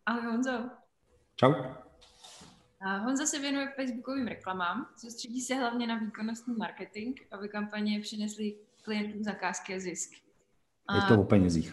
Ahoj Honzo. Čau. Honza se věnuje facebookovým reklamám, soustředí se hlavně na výkonnostní marketing, aby kampaně přinesly klientům zakázky a zisk. Je to o penězích.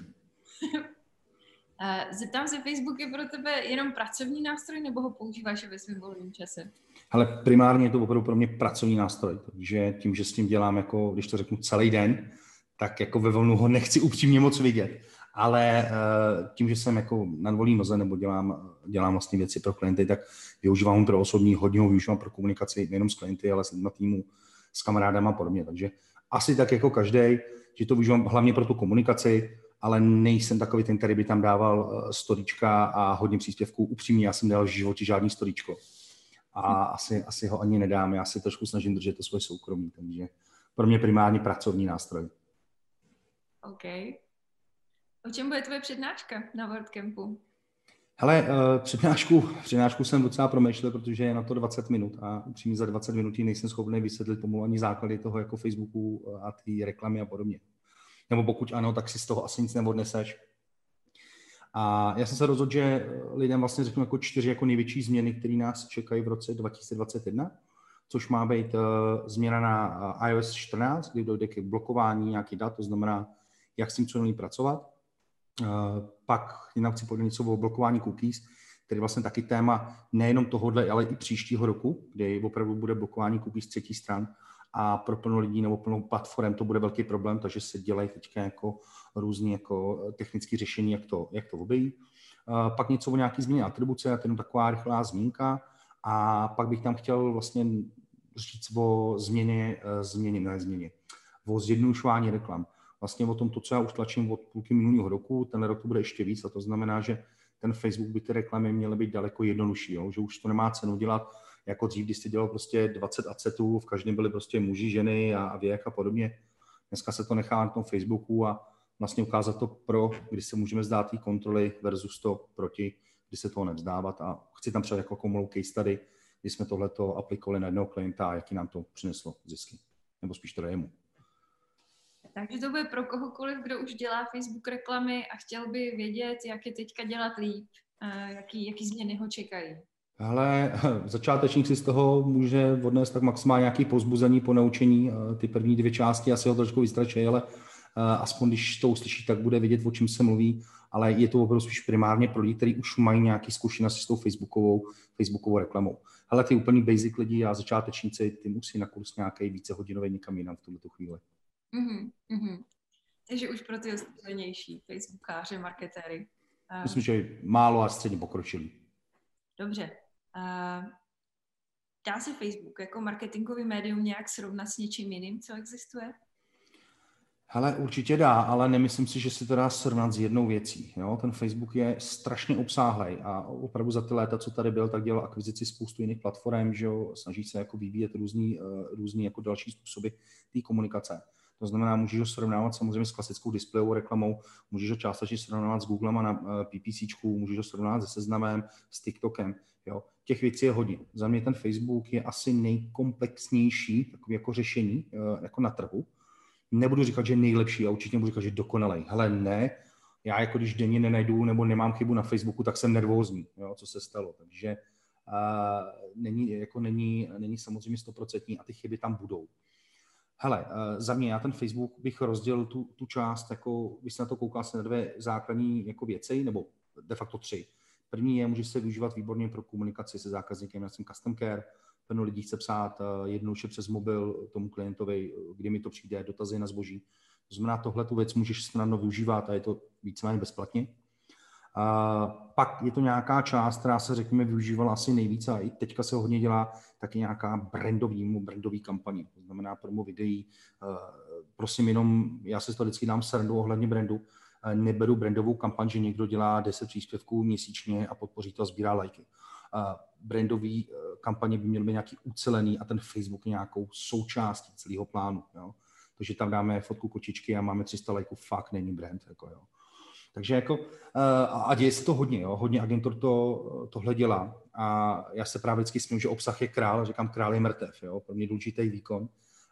Zeptám se, Facebook je pro tebe jenom pracovní nástroj, nebo ho používáš ve svém volném čase? Ale primárně je to opravdu pro mě pracovní nástroj, takže tím, že s tím dělám, jako, když to řeknu, celý den, tak jako ve volnu ho nechci upřímně moc vidět. Ale tím, že jsem jako na volné noze nebo dělám vlastně věci pro klienty, tak využívám ho pro osobní, hodně ho využívám pro komunikaci nejenom s klienty, ale na týmu, s kamarádama a podobně. Takže asi tak jako každej, že to využívám hlavně pro tu komunikaci, ale nejsem takový ten, který by tam dával storíčka a hodně příspěvků. Upřímně, já jsem dal v životě žádný storíčko. A asi ho ani nedám. Já si trošku snažím držet to svoje soukromí, takže pro mě primárně pracovní nástroj. OK. O čem bude tvoje přednáška na WordCampu? Hele, přednášku jsem docela promýšlel, protože je na to 20 minut a upřímně za 20 minut nejsem schopný vysvětlit pomalu ani základy toho jako Facebooku a ty reklamy a podobně. Nebo pokud ano, tak si z toho asi nic neodneseš. A já jsem se rozhodl, že lidem vlastně řeknu jako 4 jako největší změny, které nás čekají v roce 2021, což má být změna na iOS 14, kdy dojde k blokování nějakých dat, to znamená, jak s tím co pracovat. Pak nám chci povědět něco o blokování cookies, který je vlastně taky téma nejenom tohohle, ale i příštího roku, kdy opravdu bude blokování cookies třetí stran a pro plno lidí nebo plnou platform to bude velký problém, takže se dělají teďka jako různý jako technické řešení, jak to obejít. Pak něco o nějaký změně atribuce, a to je taková rychlá zmínka a pak bych tam chtěl vlastně říct o o zjednodušování reklam. Vlastně o tom, co já už tlačím od půlky minulého roku, tenhle rok to bude ještě víc a to znamená, že ten Facebook by ty reklamy měly být daleko jednodušší, jo? Že už to nemá cenu dělat jako dřív, když jste dělal prostě 20 adsetů, v každém byly prostě muži, ženy a věk a podobně. Dneska se to nechá na tom Facebooku a vlastně ukázat to pro, kdy se můžeme zdát té kontroly versus to proti, kdy se toho nevzdávat a chci tam třeba jako malou case study, kdy jsme tohleto aplikovali na jednoho klienta a jaký nám to přineslo zisky, nebo spíš to jemu. Takže to bude pro kohokoliv, kdo už dělá Facebook reklamy a chtěl by vědět, jak je teďka dělat líp, jaký změny ho čekají. Ale začátečník si z toho může odnést tak maximálně nějaké povzbuzení po naučení. Ty první 2 části asi ho trošku vystračí, ale aspoň když to uslyší, tak bude vědět, o čem se mluví. Ale je to opravdu spíš primárně pro lidi, kteří už mají nějaké zkušenosti s tou Facebookovou reklamou. Ale ty úplný basic lidi a začátečníci, ty musí na kurz nějaký vícehodinový někam jinam v tuto chvíli. Mm-hmm. Takže už pro ty ostatnější Facebookáře, marketéry. Myslím, že málo a středně pokročilí. Dobře. Dá se Facebook jako marketingový médium nějak srovnat s něčím jiným, co existuje? Hele, určitě dá, ale nemyslím si, že se to dá srovnat s jednou věcí. Jo? Ten Facebook je strašně obsáhlej a opravdu za ty léta, co tady byl, tak dělal akvizici spoustu jiných platform, že jo? Snaží se jako vyvíjet různý jako další způsoby té komunikace. To znamená, můžeš ho srovnávat samozřejmě s klasickou displejovou reklamou, můžeš ho částečně srovnávat s Googlem a na PPCčku, můžeš ho srovnávat se Seznamem, s TikTokem. Jo. Těch věcí je hodně. Za mě ten Facebook je asi nejkomplexnější takový jako řešení jako na trhu. Nebudu říkat, že je nejlepší a určitě budu říkat, že je dokonalej. Hele, ne, já jako když denně nenajdu nebo nemám chybu na Facebooku, tak jsem nervózní, jo, co se stalo. Takže není samozřejmě 100% a ty chyby tam budou. Hele, za mě, já ten Facebook bych rozdělil tu část, jako, když se na to koukal, na 2 základní jako věci, nebo de facto 3. První je, může se využívat výborně pro komunikaci se zákazníkem, já jsem custom care, plno lidí chce psát jednoduše přes mobil tomu klientovi, kdy mi to přijde, dotazy na zboží. To znamená, tohle tu věc můžeš snadno využívat a je to víceméně bezplatně. Pak je to nějaká část, která se, řekněme, využívala asi nejvíce a i teďka se hodně dělá taky nějaká brandový kampaně. To znamená promo videí. Prosím jenom, já si to vždycky dám srandu ohledně brandu. Neberu brandovou kampaň, že někdo dělá 10 příspěvků měsíčně a podpoří to a sbírá lajky. Brandový kampaně by měly být nějaký ucelený a ten Facebook nějakou součástí celého plánu. Jo? Takže tam dáme fotku kočičky a máme 300 lajků, fakt není brand. Jako, jo. Takže jako, a děje se to hodně, jo? Hodně agentur tohle dělá a já se právě vždycky směju, že obsah je král, říkám, král je mrtev, jo? Pro mě důležitý výkon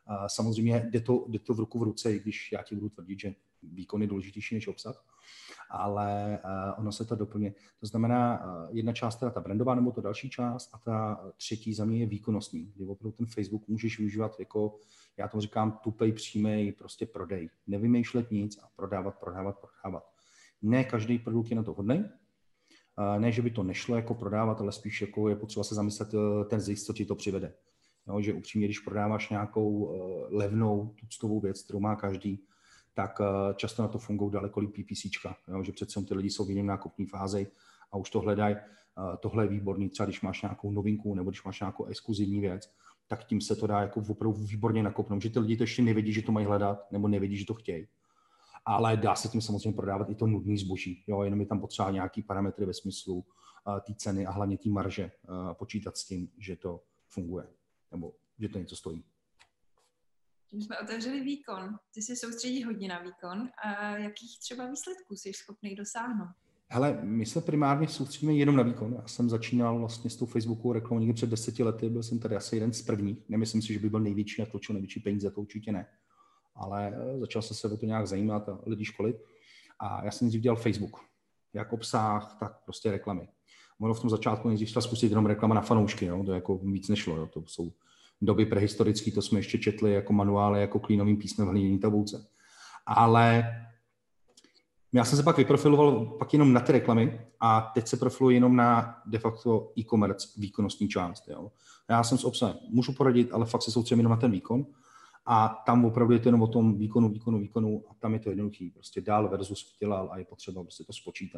Samozřejmě jde to v ruku v ruce, i když já ti budu tvrdit, že výkon je důležitější než obsah, ale ono se to doplňuje. To znamená, jedna část teda ta brandová nebo to další část a ta třetí za mě je výkonnostní, kdy opravdu ten Facebook můžeš využívat jako, já tomu říkám, tupej, přímej, prostě prodej. Nevymýšlet nic a prodávat. Ne každý produkt je na to hodný. Ne, že by to nešlo jako prodávat, ale spíš jako je potřeba se zamyslet ten zisk, co ti to přivede. No, že upřímně, když prodáváš nějakou levnou tuctovou věc, kterou má každý, tak často na to fungují daleko líp PPCčka, že přece ty lidi jsou v jiném nákupní fázi a už to hledají. Tohle je výborný, třeba když máš nějakou novinku nebo když máš nějakou exkluzivní věc, tak tím se to dá jako opravdu výborně nakopnout, že ty lidi to ještě nevědí, že to mají hledat nebo nevědí, že to chtějí. Ale dá se tím samozřejmě prodávat i to nudný zboží, jenom je tam potřeba nějaký parametry ve smyslu té ceny a hlavně té marže počítat s tím, že to funguje nebo že to něco stojí. Tím jsme otevřeli výkon. Ty se soustředí hodně na výkon. A jakých třeba výsledků jsi schopný dosáhnout? Hele, my se primárně soustředíme jenom na výkon. Já jsem začínal vlastně s tou Facebookovou reklamou někdy před 10 lety, byl jsem tady asi jeden z prvních. Nemyslím si, že by byl největší a točil největší peníze, to určitě ne. Ale začal jsem se o to nějak zajímat a lidi školit. A já jsem nejdřív dělal Facebook. Jak obsah, tak prostě reklamy. Ono v tom začátku nejdřív šla spustit jenom reklama na fanoušky, to jako víc nešlo. To jsou doby prehistorické, to jsme ještě četli jako manuály, jako klínovým písmem v hliněné tabulce. Ale já jsem se pak vyprofiloval pak jenom na ty reklamy a teď se profiluji jenom na de facto e-commerce výkonnostní část. Já jsem s obsahem můžu poradit, ale fakt se soustředím jenom na ten výkon a tam opravdu je to jenom o tom výkonu a tam je to jednoduchý. Prostě dál versus dělal a je potřeba prostě to spočítat.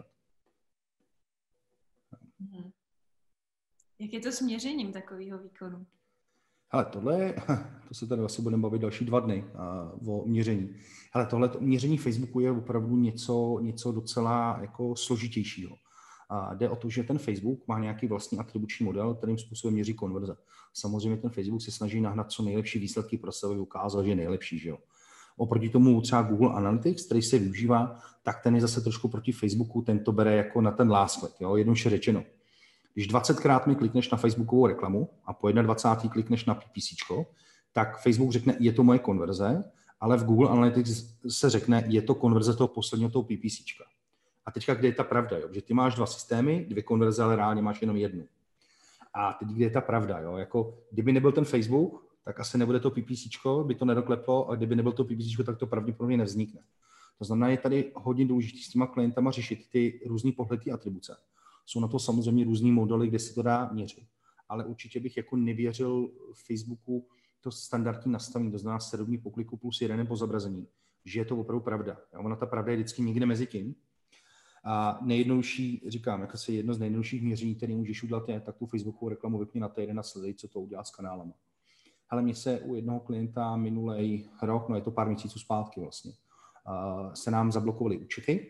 Jak je to s měřením takového výkonu? Hele, to se tady asi budeme bavit další 2 dny o měření. Hele, tohle měření Facebooku je opravdu něco docela jako složitějšího. Jde o to, že ten Facebook má nějaký vlastní atribuční model, kterým způsobem měří konverze. Samozřejmě ten Facebook se snaží nahnat co nejlepší výsledky pro sebe, ukázal, že je nejlepší, že jo. Oproti tomu třeba Google Analytics, který se využívá, tak ten je zase trošku proti Facebooku, ten to bere jako na ten last click, jednoduše řečeno. Když 20krát mi klikneš na Facebookovou reklamu a po 21. klikneš na PPCčko, tak Facebook řekne, je to moje konverze, ale v Google Analytics se řekne, je to konverze toho posledního toho PPCčka. A teďka, kde je ta pravda, že ty máš 2 systémy, 2 konverze, ale reálně máš jenom jednu. A teď, kde je ta pravda, jako kdyby nebyl ten Facebook, tak asi nebude to PPCčko, by to nedokleplo, a kdyby nebyl to PPCčko, tak to pravděpodobně nevznikne. To znamená, je tady hodně důležité s těma klientama řešit ty různý pohledy atribuce. Jsou na to samozřejmě různý modely, kde se to dá měřit. Ale určitě bych jako nevěřil Facebooku to standardní nastavení, to znamená 7 dní po kliku plus 1 po zobrazení, že je to opravdu pravda. Ona ta pravda je vždycky někde mezi tím. A nejjednodušší, říkám, jako se jedno z nejjednodušších měření, které můžeš udělat, je, tak tu Facebookovou reklamu vypni na týden a sledej, co to udělá s kanálama. Ale mně se u jednoho klienta minulý rok, je to pár měsíců zpátky vlastně, se nám zablokovaly účty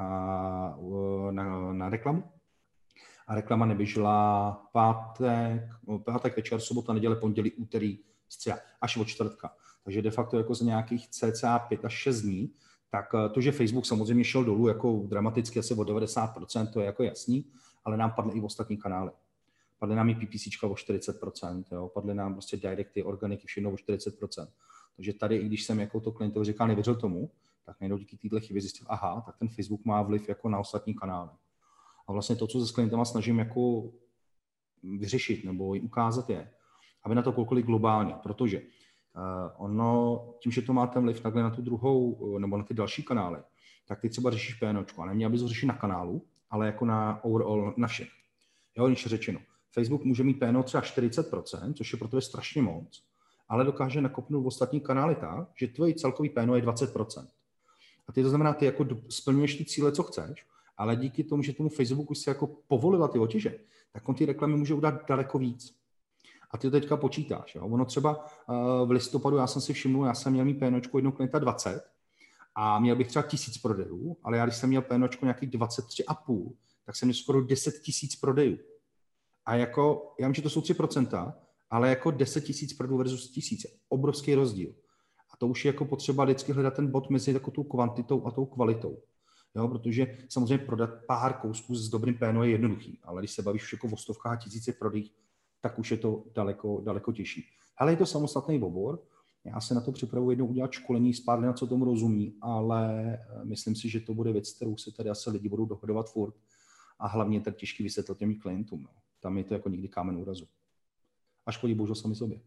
na reklamu. A reklama neběžela pátek večer, sobota, neděle, pondělí, úterý, středa, až od čtvrtka. Takže de facto jako za nějakých cca 5 až 6 dní, tak to, že Facebook samozřejmě šel dolů jako dramaticky asi o 90%, to je jako jasný, ale nám padly i ostatní kanály. Padly nám i PPCčka o 40%, padly nám prostě directy, organiky, všechno o 40%. Takže tady, i když jsem jako to klientovi říkal, nevěřil tomu, tak najednou díky této chybě zjistil, aha, tak ten Facebook má vliv jako na ostatní kanály. A vlastně to, co se s klientama snažím jako vyřešit nebo jim ukázat je, aby na to koukali globálně, protože ono, tím, že to má ten vliv takhle na tu druhou nebo na ty další kanály, tak ty třeba řešíš PNOčko a neměl bys ho řešit na kanálu, ale jako na overall na všech. Když řečeno, Facebook může mít PNO třeba 40%, což je pro tebe strašně moc, ale dokáže nakopnout v ostatní kanály tak, že tvůj celkový PNO je 20%. A to znamená, ty jako splňuješ ty cíle, co chceš, ale díky tomu, že tomu Facebooku si jako povolila ty otěže, tak on ty reklamy může udělat daleko víc. A ty to teďka počítáš. Ono třeba v listopadu, já jsem si všiml, já jsem měl mít PNOčku jednou klienta 20 a měl bych třeba 1000 prodejů, ale já když jsem měl PNOčku nějakých 23,5, tak jsem měl skoro 10 000 prodejů. A jako, já vím, že to jsou 3%, ale jako 10 000 prodejů versus 1000 je obrovský rozdíl. A to už je jako potřeba vždycky hledat ten bod mezi takovou tou kvantitou a tou kvalitou. Protože samozřejmě prodat pár kousků s dobrým PNO je jednoduchý, ale když se bavíš jako o stovkách, tisících prodejích, tak už je to daleko těžší. Ale je to samostatný obor. Já se na to připravuji jednou udělat školení s pár lidí, co tomu rozumí, ale myslím si, že to bude věc, kterou se tady asi lidi budou dohodovat furt a hlavně tak těžký vysvětlit těm klientům. No. Tam je to jako nikdy kámen úrazu. A škodí bohužel sami sobě.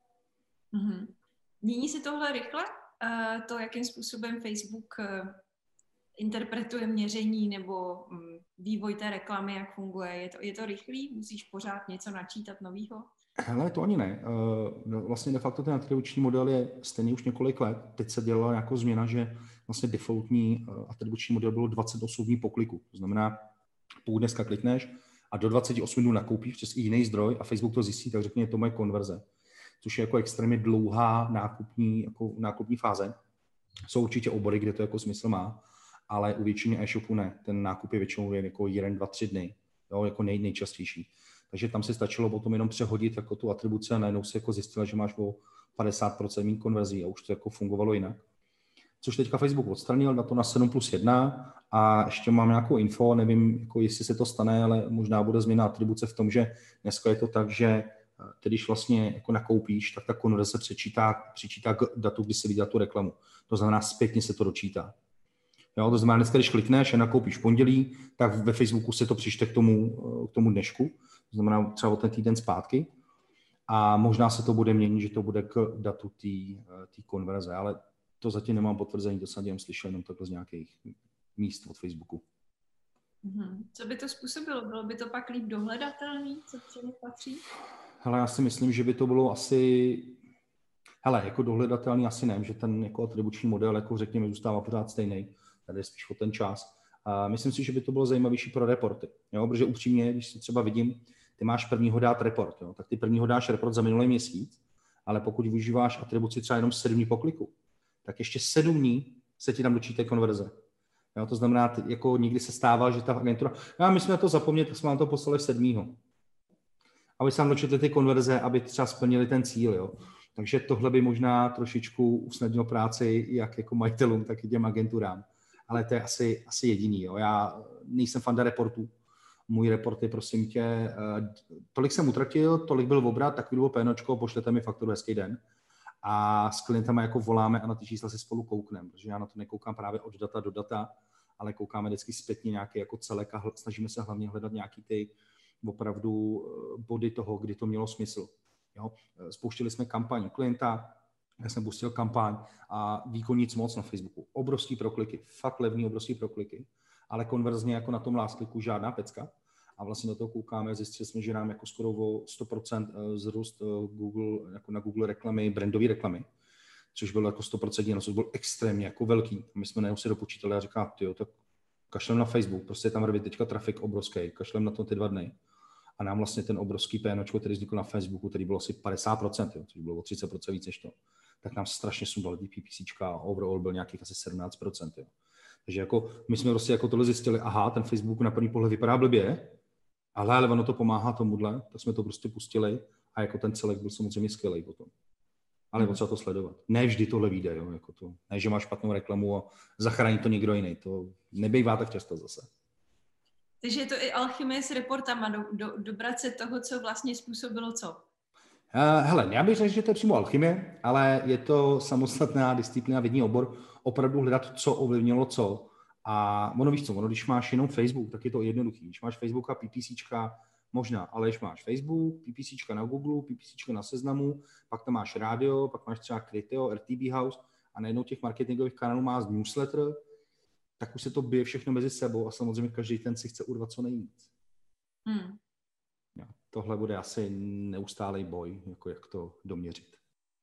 Mm-hmm. Mění se tohle rychle? To, jakým způsobem Facebook interpretuje měření nebo vývoj té reklamy, jak funguje? Je to rychlý? Musíš pořád něco načítat novýho? Hele, to ani ne. Vlastně de facto ten atribuční model je stejný už několik let. Teď se dělala jako změna, že vlastně defaultní atribuční model bylo 28 dní po kliku. To znamená, pokud dneska klikneš a do 28 dnů nakoupíš přes jiný zdroj a Facebook to zjistí, tak řekne, to moje konverze. Což je jako extrémně dlouhá nákupní fáze. Jsou určitě obory, kde to jako smysl má, ale u většiny e-shopů ne. Ten nákup je většinou jako 1, 2, 3 dny. Jo, jako nejčastější. Takže tam se stačilo potom jenom přehodit jako tu atribuci a najednou se jako zjistila, že máš o 50% méně konverzí a už to jako fungovalo jinak. Což teďka Facebook odstranil na to na 7+1 a ještě mám nějakou info, nevím, jako jestli se to stane, ale možná bude změna atribuce v tom, že dneska je to tak, že když vlastně jako nakoupíš, tak ta konverze se přičítá k datu, kdy si viděl tu reklamu. To znamená, zpětně se to dočítá. Jo, to znamená, dneska, když klikneš a nakoupíš v pondělí, tak ve Facebooku se to přičte k tomu dnešku. To znamená třeba o ten týden zpátky. A možná se to bude měnit, že to bude k datu té konverze, ale to zatím nemám potvrzení, to jsem jenom slyšel jenom takhle z nějakých míst od Facebooku. Co by to způsobilo? Bylo by to pak líp dohledatelný, co třeba patří? Hele, já si myslím, že by to bylo asi... Hele, jako dohledatelný asi ne, že ten jako atribuční model, jako řekněme, zůstává pořád stejný. Tady je spíš o ten čas. A myslím si, že by to bylo zajímavější pro reporty. Jo? Protože upřímně, když si třeba vidím, ty máš prvního dát report, jo? Tak ty prvního dáš report za minulý měsíc, ale pokud využíváš atribuci třeba jenom 7 dní po kliku, tak ještě 7 dní se ti tam dočítají konverze. Jo? To znamená, jako někdy se stává, že ta agentura, my jsme na to zapomněli, tak jsme vám to poslali 7. Aby se tam dočetli ty konverze, aby třeba splnili ten cíl. Jo? Takže tohle by možná trošičku usnadnilo práci jak jako majitelům, tak i těm agenturám. Ale to je asi jediný. Jo. Já nejsem fanda reportů. Můj report je, prosím tě, tolik jsem utratil, tolik byl obrat, tak bylo pénočko, pošlete mi fakturu, hezký den. A s klientama jako voláme a na ty čísla si spolu koukneme, protože já na to nekoukám právě od data do data, ale koukáme vždycky zpětně nějaký jako celek a snažíme se hlavně hledat nějaký ty opravdu body toho, kdy to mělo smysl. Jo. Spouštili jsme kampaň klienta, já jsem pustil kampaň a výkon nic moc na Facebooku. Obrovský prokliky, fakt levný obrovský prokliky, ale konverzně jako na tom last clicku žádná pecka. A vlastně do toho koukáme, zjistili jsme, že nám jako skoro o 100% vzrůst Google, jako na Google reklamy, brandové reklamy, což bylo jako 100%, což byl extrémně jako velký. A my jsme najednou si dopočítali a říkali, tyjo, tak kašlem na Facebook, prostě je tam rvit teďka trafik obrovský, kašlem na to ty 2 dny. A nám vlastně ten obrovský PNOčko, který vznikl na Facebooku, který bylo asi 50%, jo, což bylo o 30% víc než to, tak nám strašně sundali ty PPCčka a overall byl nějakých asi 17%. Jo. Takže jako my jsme prostě jako tohle zjistili, aha, ten Facebook na první pohled vypadá blbě, ale ono to pomáhá tomuhle, tak jsme to prostě pustili a jako ten celek byl samozřejmě skvělý potom. Ale je potřeba to sledovat. Ne vždy tohle vyjde, jo, jako to. Ne, že máš špatnou reklamu a zachrání to někdo jiný. To nebývá tak často zase. Takže je to i alchymie s reportama, dobrat se toho, co vlastně způsobilo co? Hele, já bych řekl, že to je přímo alchymie, ale je to samostatná disciplína, vědní obor, opravdu hledat, co ovlivnilo co. A ono víš co, když máš jenom Facebook, tak je to jednoduchý. Když máš Facebook a PPCčka, možná, ale když máš Facebook, PPCčka na Google, PPCčka na Seznamu, pak tam máš rádio, pak máš třeba Criteo, RTB House a najednou těch marketingových kanálů máš newsletter, tak už se to bije všechno mezi sebou a samozřejmě každý ten si chce urvat co nejvíc. Jo, tohle bude asi neustálý boj, jako jak to doměřit.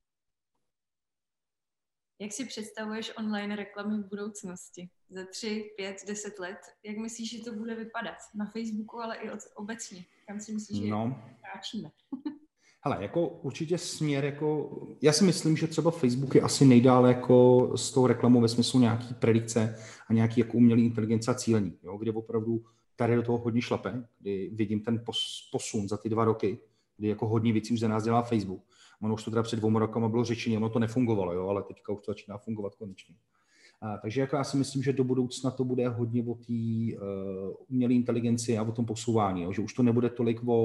Jak si představuješ online reklamy v budoucnosti? Za 3, 5, 10 let? Jak myslíš, že to bude vypadat? Na Facebooku, ale i obecně. Kam si myslíš, že kráčíme? Hele, jako určitě směr, jako, já si myslím, že třeba Facebook je asi nejdále jako s tou reklamou ve smyslu nějaký predikce a nějaký jako umělý inteligence a cílení, jo, kde opravdu tady do toho hodně šlape, kdy vidím ten posun za ty 2 roky, kdy jako hodně věcí už za nás dělá Facebook. Ono už to teda před 2 rokama bylo řečení, ono to nefungovalo, jo, ale teďka už to začíná fungovat konečně. Takže jako já si myslím, že do budoucna to bude hodně o té umělé inteligenci a o tom posouvání, jo, že už to nebude tolik o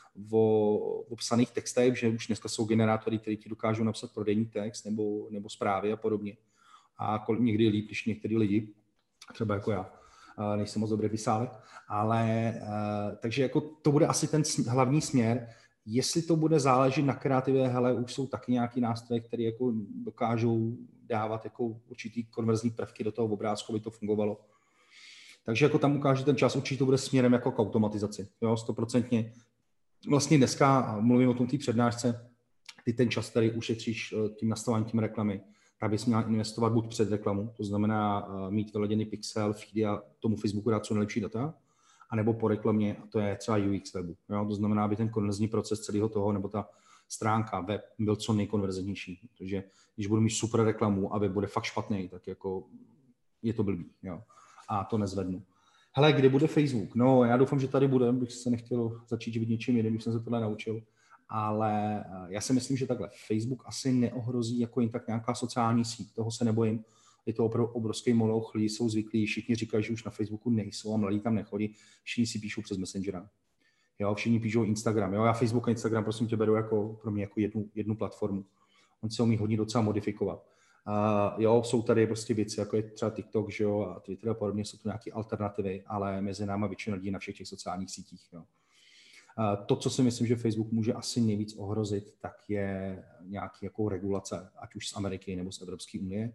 o psaných textech, že už dneska jsou generátory, které ti dokážou napsat prodejní text nebo zprávy a podobně. A někdy líp, když některý lidi, třeba jako já, nejsem moc dobrý písálek, ale takže jako to bude asi ten hlavní směr. Jestli to bude záležet na kreativě, hele, už jsou taky nějaký nástroje, které jako dokážou dávat jako určitý konverzní prvky do toho obrázku, aby to fungovalo. Takže jako tam ukáže ten čas, určitě to bude směrem jako k automatizaci, jo, 100%. Vlastně dneska, mluvím o tom té přednášce, ty ten čas, který ušetříš tím nastaváním tím reklamy, tak bys měl investovat buď před reklamu, to znamená mít vyladěný pixel, feedy a tomu Facebooku dát co nejlepší data, anebo po reklamě, a to je třeba UX webu. Jo? To znamená, aby ten konverzní proces celého toho, nebo ta stránka, web byl co nejkonverznější. Protože když budu mít super reklamu a web bude fakt špatný, tak jako je to blbý. Jo? A to nezvednu. Hele, kdy bude Facebook? No, já doufám, že tady bude, bych se nechtěl začít živit něčím jiným, když jsem se tohle naučil. Ale já si myslím, že takhle Facebook asi neohrozí jako jen tak nějaká sociální síť, toho se nebojím. Je to opravdu obrovský moloch, lidi jsou zvyklí, všichni říkají, že už na Facebooku nejsou a mladí tam nechodí, všichni si píšou přes Messengera. Jo, všichni píšou Instagram. Jo, já Facebook a Instagram prosím tě beru jako, pro mě jako jednu platformu. On se umí hodně docela modifikovat. Jo, jsou tady prostě věci, jako je třeba TikTok, že jo, a Twitter a podobně, jsou tu nějaké alternativy, ale mezi náma většina lidí na všech těch sociálních sítích. Jo. To, co si myslím, že Facebook může asi nejvíc ohrozit, tak je nějaký jako regulace, ať už z Ameriky nebo z Evropské unie.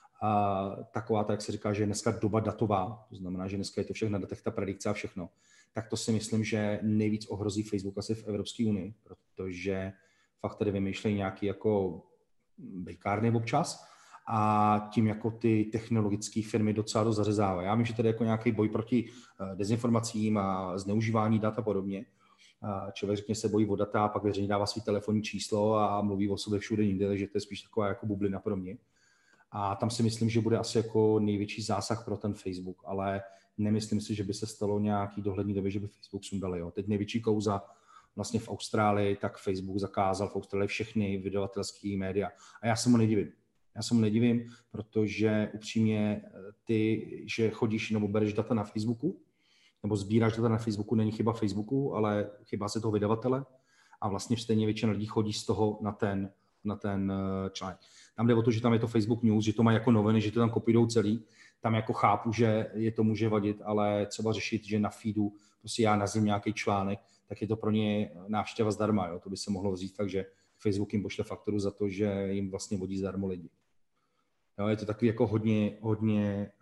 Taková, tak jak se říká, že je dneska doba datová, to znamená, že dneska je to všechno na datech, ta predikce a všechno, tak to si myslím, že nejvíc ohrozí Facebook asi v Evropské unii, protože fakt tady vymýšlejí nějaký jako bejkárny občas a tím jako ty technologické firmy docela dost zařezávají. Já vím, že tady jako nějaký boj proti dezinformacím a zneužívání dat a podobně. Člověk řekně se bojí o data, pak veřejně dává svý telefonní číslo a mluví o sobě všude jinde, takže to je spíš taková jako bublina pro mě. A tam si myslím, že bude asi jako největší zásah pro ten Facebook, ale nemyslím si, že by se stalo nějaký dohlední době, že by Facebook sundali. Jo. Teď největší kauza vlastně v Austrálii, tak Facebook zakázal v Austrálii všechny vydavatelské média. A já se mu nedivím. Protože upřímně ty, že chodíš nebo bereš data na Facebooku, nebo sbíráš data na Facebooku, není chyba Facebooku, ale chyba se toho vydavatele a vlastně stejně většina lidí chodí z toho na ten článek. Tam jde o to, že tam je to Facebook News, že to má jako noviny, že to tam kopírujou celý. Tam jako chápu, že je to může vadit, ale třeba řešit, že na feedu prostě já nazvím nějaký článek, tak je to pro ně návštěva zdarma. Jo? To by se mohlo říct tak, že Facebook jim pošle fakturu za to, že jim vlastně vodí zdarma lidi. Jo? Je to takový jako hodně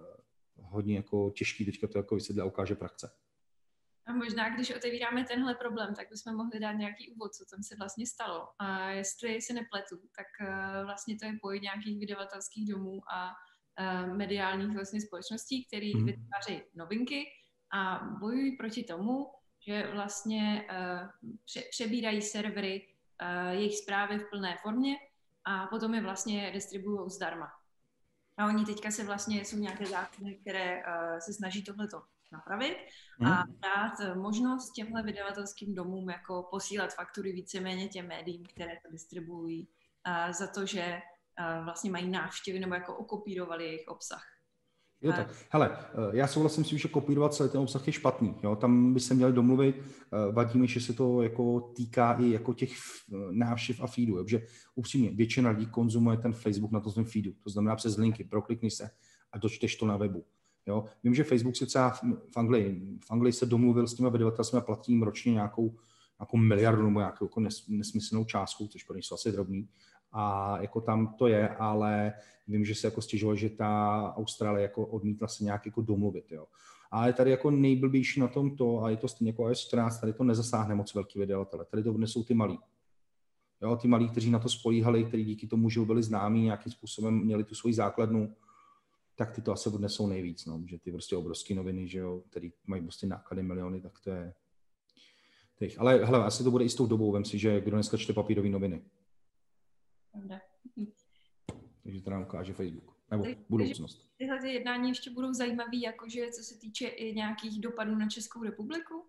jako těžký teďka to jako vysvětlit a ukáže praxe. A možná, když otevíráme tenhle problém, tak bychom mohli dát nějaký úvod, co tam se vlastně stalo. A jestli se nepletu, tak vlastně to je boj nějakých vydavatelských domů a mediálních vlastně společností, které vytváří novinky a bojují proti tomu, že vlastně přebírají servery jejich zprávy v plné formě a potom je vlastně distribuují zdarma. A oni teďka jsou nějaké zákony, které se snaží tohleto napravit a dát možnost těmhle vydavatelským domům jako posílat faktury víceméně těm médiím, které to distribuují za to, že vlastně mají návštěvy nebo jako okopírovali jejich obsah. Jo tak. Hele, já souhlasím s tím, že kopírovat celý ten obsah je špatný. Jo? Tam by se měli domluvit, vadí mi, že se to jako týká i jako těch návštěv a feedů. Jo? Protože upřímně většina lidí konzumuje ten Facebook na tom svém feedu. To znamená přes linky, proklikni se a dočteš to na webu. Jo? Vím, že Facebook si třeba v Anglii se domluvil s těma vydavatelstvím a platí jim ročně nějakou miliardu nebo nějakou jako nesmyslnou částku, což pro ně jsou asi drobný. A jako tam to je, ale vím, že se jako stěžoval, že ta Austrálie jako odmítla se nějak jako domluvit, jo. Ale tady jako nejblbější na tom to, a je to stejně jako iOS 14, tady to nezasáhne moc velký vydavatele, tady to odnesou ty malí. Jo, ty malí, kteří na to spolíhali, kteří díky tomu, že byli známí, nějakým způsobem měli tu svoji základnu, tak ty to asi odnesou nejvíc, no, že ty prostě obrovské noviny, že jo, který mají prostě náklady miliony, tak to je těch. Ale hele, asi to bude i s tou dobou, vem si, že kdo dneska čte papírové noviny. Dobře. Takže to nám ukáže Facebook. Nebo budoucnost. Tyhle ty jednání ještě budou zajímavý, jakože co se týče i nějakých dopadů na Českou republiku?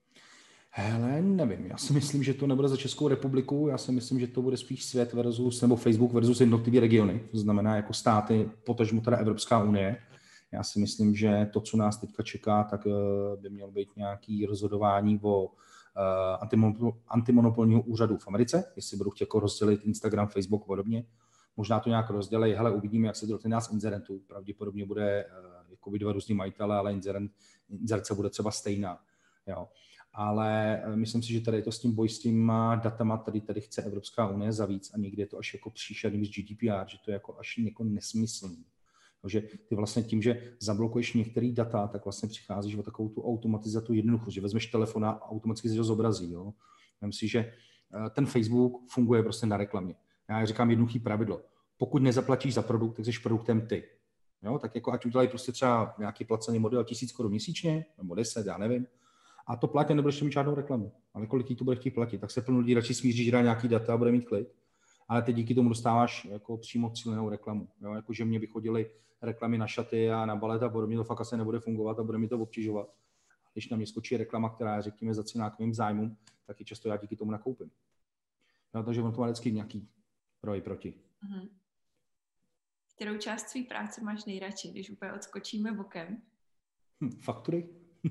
Hele, nevím. Já si myslím, že to nebude za Českou republiku. Já si myslím, že to bude spíš svět versus, nebo Facebook versus jednotlivé regiony. To znamená jako státy, potažmo teda Evropská unie. Já si myslím, že to, co nás teďka čeká, tak by mělo být nějaké rozhodování o antimonopolního úřadu v Americe, jestli budou chtít jako rozdělit Instagram, Facebook a podobně. Možná to nějak rozdělej, hele, uvidíme, jak se to dotkne nás inzerentů. Pravděpodobně bude jako dva různý majitele, ale inzerce bude třeba stejná. Jo. Ale myslím si, že tady je to s tím boj s těma datama, tady chce Evropská unie za víc a někdy je to až jako příšerný z GDPR, že to je jako až jako nesmyslný. Takže ty vlastně tím, že zablokuješ některé data, tak vlastně přicházíš o takovou tu automatizaci jednoduchost, že vezmeš telefon a automaticky si to zobrazí. Jo. Myslím si, že ten Facebook funguje prostě na reklamě. Já říkám jednoduché pravidlo. Pokud nezaplatíš za produkt, tak jsi produktem ty. Jo, tak jako ať udělají prostě třeba nějaký placený model 1000 Kč měsíčně, nebo 10, já nevím. A to platí, nebudeš mít žádnou reklamu. Ale kolik jí to bude chtít platit, tak se plno lidí radši smíří, že dá nějaký data a bude mít klid. Ale teď díky tomu dostáváš jako přímo cílenou reklamu. Jo, jako že mě vychodily reklamy na šaty a na balet a podobně, to fakt asi nebude fungovat a bude mi to obtěžovat. Když na mě skočí reklama, která je, řekněme, zacílená k mým zájmům, tak ji často já díky tomu nakoupím. No, takže on to má vždycky nějaký pro i proti. Mm-hmm. Kterou část své práce máš nejradši, když úplně odskočíme bokem? Faktury?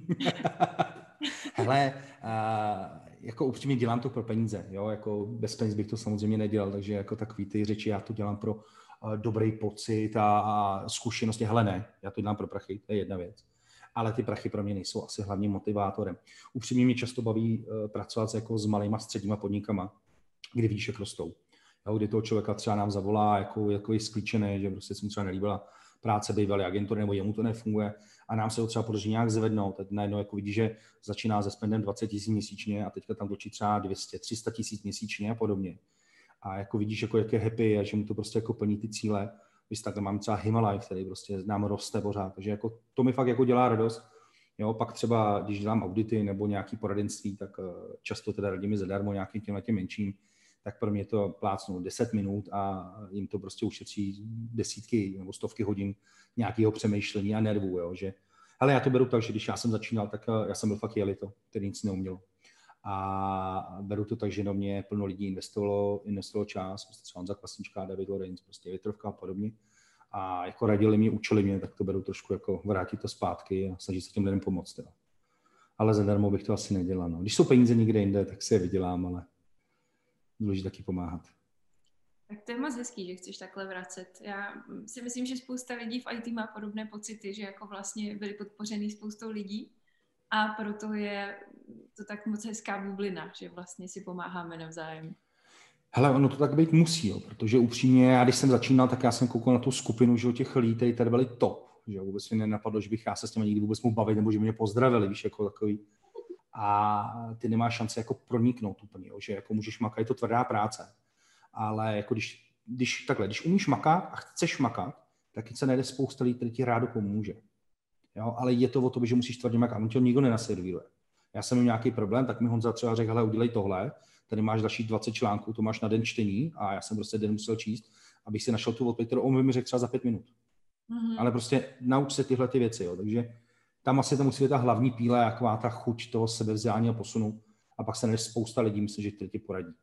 Hele, jako upřímně dělám to pro peníze, jo, jako bez peněz bych to samozřejmě nedělal, takže jako takový ty řeči, já to dělám pro dobrý pocit a zkušenosti, hele ne, já to dělám pro prachy, to je jedna věc, ale ty prachy pro mě nejsou asi hlavním motivátorem. Upřímně mě často baví pracovat jako s malýma středníma podnikama, kdy vidíš, jak rostou. Jo, kdy toho člověka třeba nám zavolá jako je sklíčený, že prostě se mu třeba nelíbila práce bývalé agentury, nebo jemu to nefunguje a nám se to třeba podaří nějak zvednout. Teď najednou jako vidí, že začíná se spendem 20 000 měsíčně a teďka tam točí třeba 200, 300 000 měsíčně a podobně. A jako vidíš, jako jak je happy a že mu to prostě jako plní ty cíle. Víš, takhle mám třeba Himalaj, který prostě nám roste pořád, takže jako to mi fakt jako dělá radost. Jo, pak třeba, když dělám audity nebo nějaký poradenství, tak často teda radím zadarmo nějakým těm menším, tak pro mě to plácnou 10 minut a jim to prostě ušetří desítky nebo stovky hodin nějakého přemýšlení a nervů, jo, že ale já to beru tak, že když já jsem začínal, tak já jsem byl fakt jelito, který nic neuměl. A beru to tak, že do mě plno lidí investovalo čas, prostě třeba Honza Kvasnička, David Lorenz, prostě Větrovka a podobně. A jako radili mě, učili mě, tak to beru trošku jako vrátit to zpátky a snažit se těm lidem pomoct. Jo. Ale zadarmo bych to asi nedělal. No. Když jsou peníze někde jinde, tak si je vydělám, ale důležité taky pomáhat. Tak to je moc hezký, že chceš takhle vracet. Já si myslím, že spousta lidí v IT má podobné pocity, že jako vlastně byli podpořený spoustou lidí a proto je to tak moc hezká bublina, že vlastně si pomáháme navzájem. Hele, ono to tak být musí, jo, protože upřímně, já když jsem začínal, tak já jsem koukal na tu skupinu, že těch lidí, kteří tady byli top, že vůbec mi nenapadlo, že bych já se s těmi někdy vůbec mohl bavit, nebo že mě pozdravili, víš, jako takový. A ty nemáš šanci jako proniknout úplně, jo, že jako můžeš makat, je to tvrdá práce. Ale jako když umíš makat a chceš makat, tak se najde spousta lidí, který ti rádo pomůže. Jo, ale je to o tom, že musíš tvrdě makat, on tě nikdo nenasleduje. Já jsem měl nějaký problém, tak mi Honza třeba řekl, hele, udělej tohle, tady máš další 20 článků, to máš na den čtení a já jsem prostě den musel číst, abych si našel tu odpověď, kterou on mi řekl třeba za 5 minut. Mm-hmm. Ale prostě nauč se tyhle ty věci, jo. Takže tam asi to musí být ta hlavní píle, jaková ta chuť toho sebevzdělání a posunu a pak se najde spousta lidí, myslím, že ti poradí.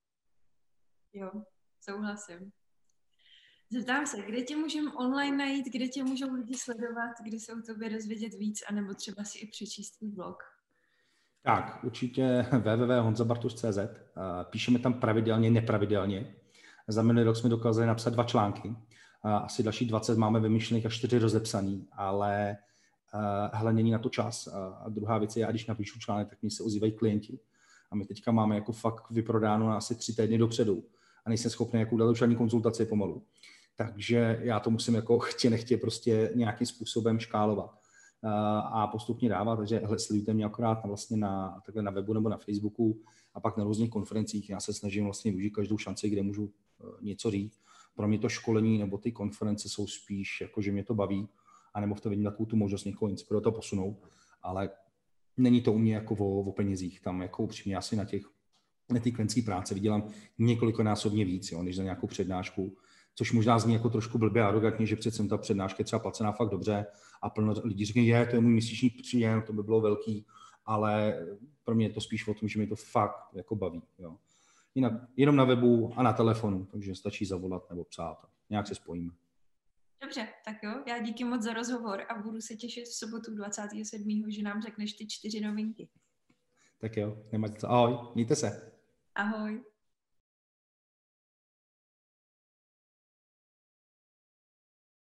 Jo, souhlasím. Zeptám se, kde tě můžeme online najít, kde tě můžou lidi sledovat, kde se o tobě dozvědět víc, anebo třeba si i přečíst tvůj blog? Tak, určitě www.honzabartuš.cz. Píšeme tam pravidelně, nepravidelně. Za minulý rok jsme dokázali napsat 2 články. Asi další 20 máme vymyšlených a 4 rozepsaný, ale hele, není na to čas. A druhá věc je, já když napíšu článek, tak mi se ozývají klienti. A my teďka máme jako fakt vyprodáno na asi 3 týdny dopředu. A nejsem schopný jako udělat už ani konzultaci pomalu. Takže já to musím jako nechtě prostě nějakým způsobem škálovat a postupně dávat, takže sledujte mě akorát takhle na webu nebo na Facebooku a pak na různých konferencích. Já se snažím vlastně využít každou šanci, kde můžu něco říct. Pro mě to školení nebo ty konference jsou spíš, jako že mě to baví, anebo v to vidím takovou tu možnost někoho inspirovat a posunout, ale není to u mě jako o penězích. Tam jako upřímně asi na té klientské práce vydělám několikonásobně víc, jo, než za nějakou přednášku. Což možná zní jako trošku blbě a arrogantně, že přece ta přednáška je třeba placená fakt dobře a plno lidí říká, to je můj měsíční příjem, to by bylo velký, ale pro mě je to spíš o tom, že mi to fakt jako baví. Jo. Jinak jenom na webu a na telefonu, takže stačí zavolat nebo psát. Nějak se spojíme. Dobře, tak jo, já díky moc za rozhovor a budu se těšit v sobotu 27., že nám řekneš ty 4 novinky. Tak jo, nemáte co. Ahoj, mějte se. Ahoj.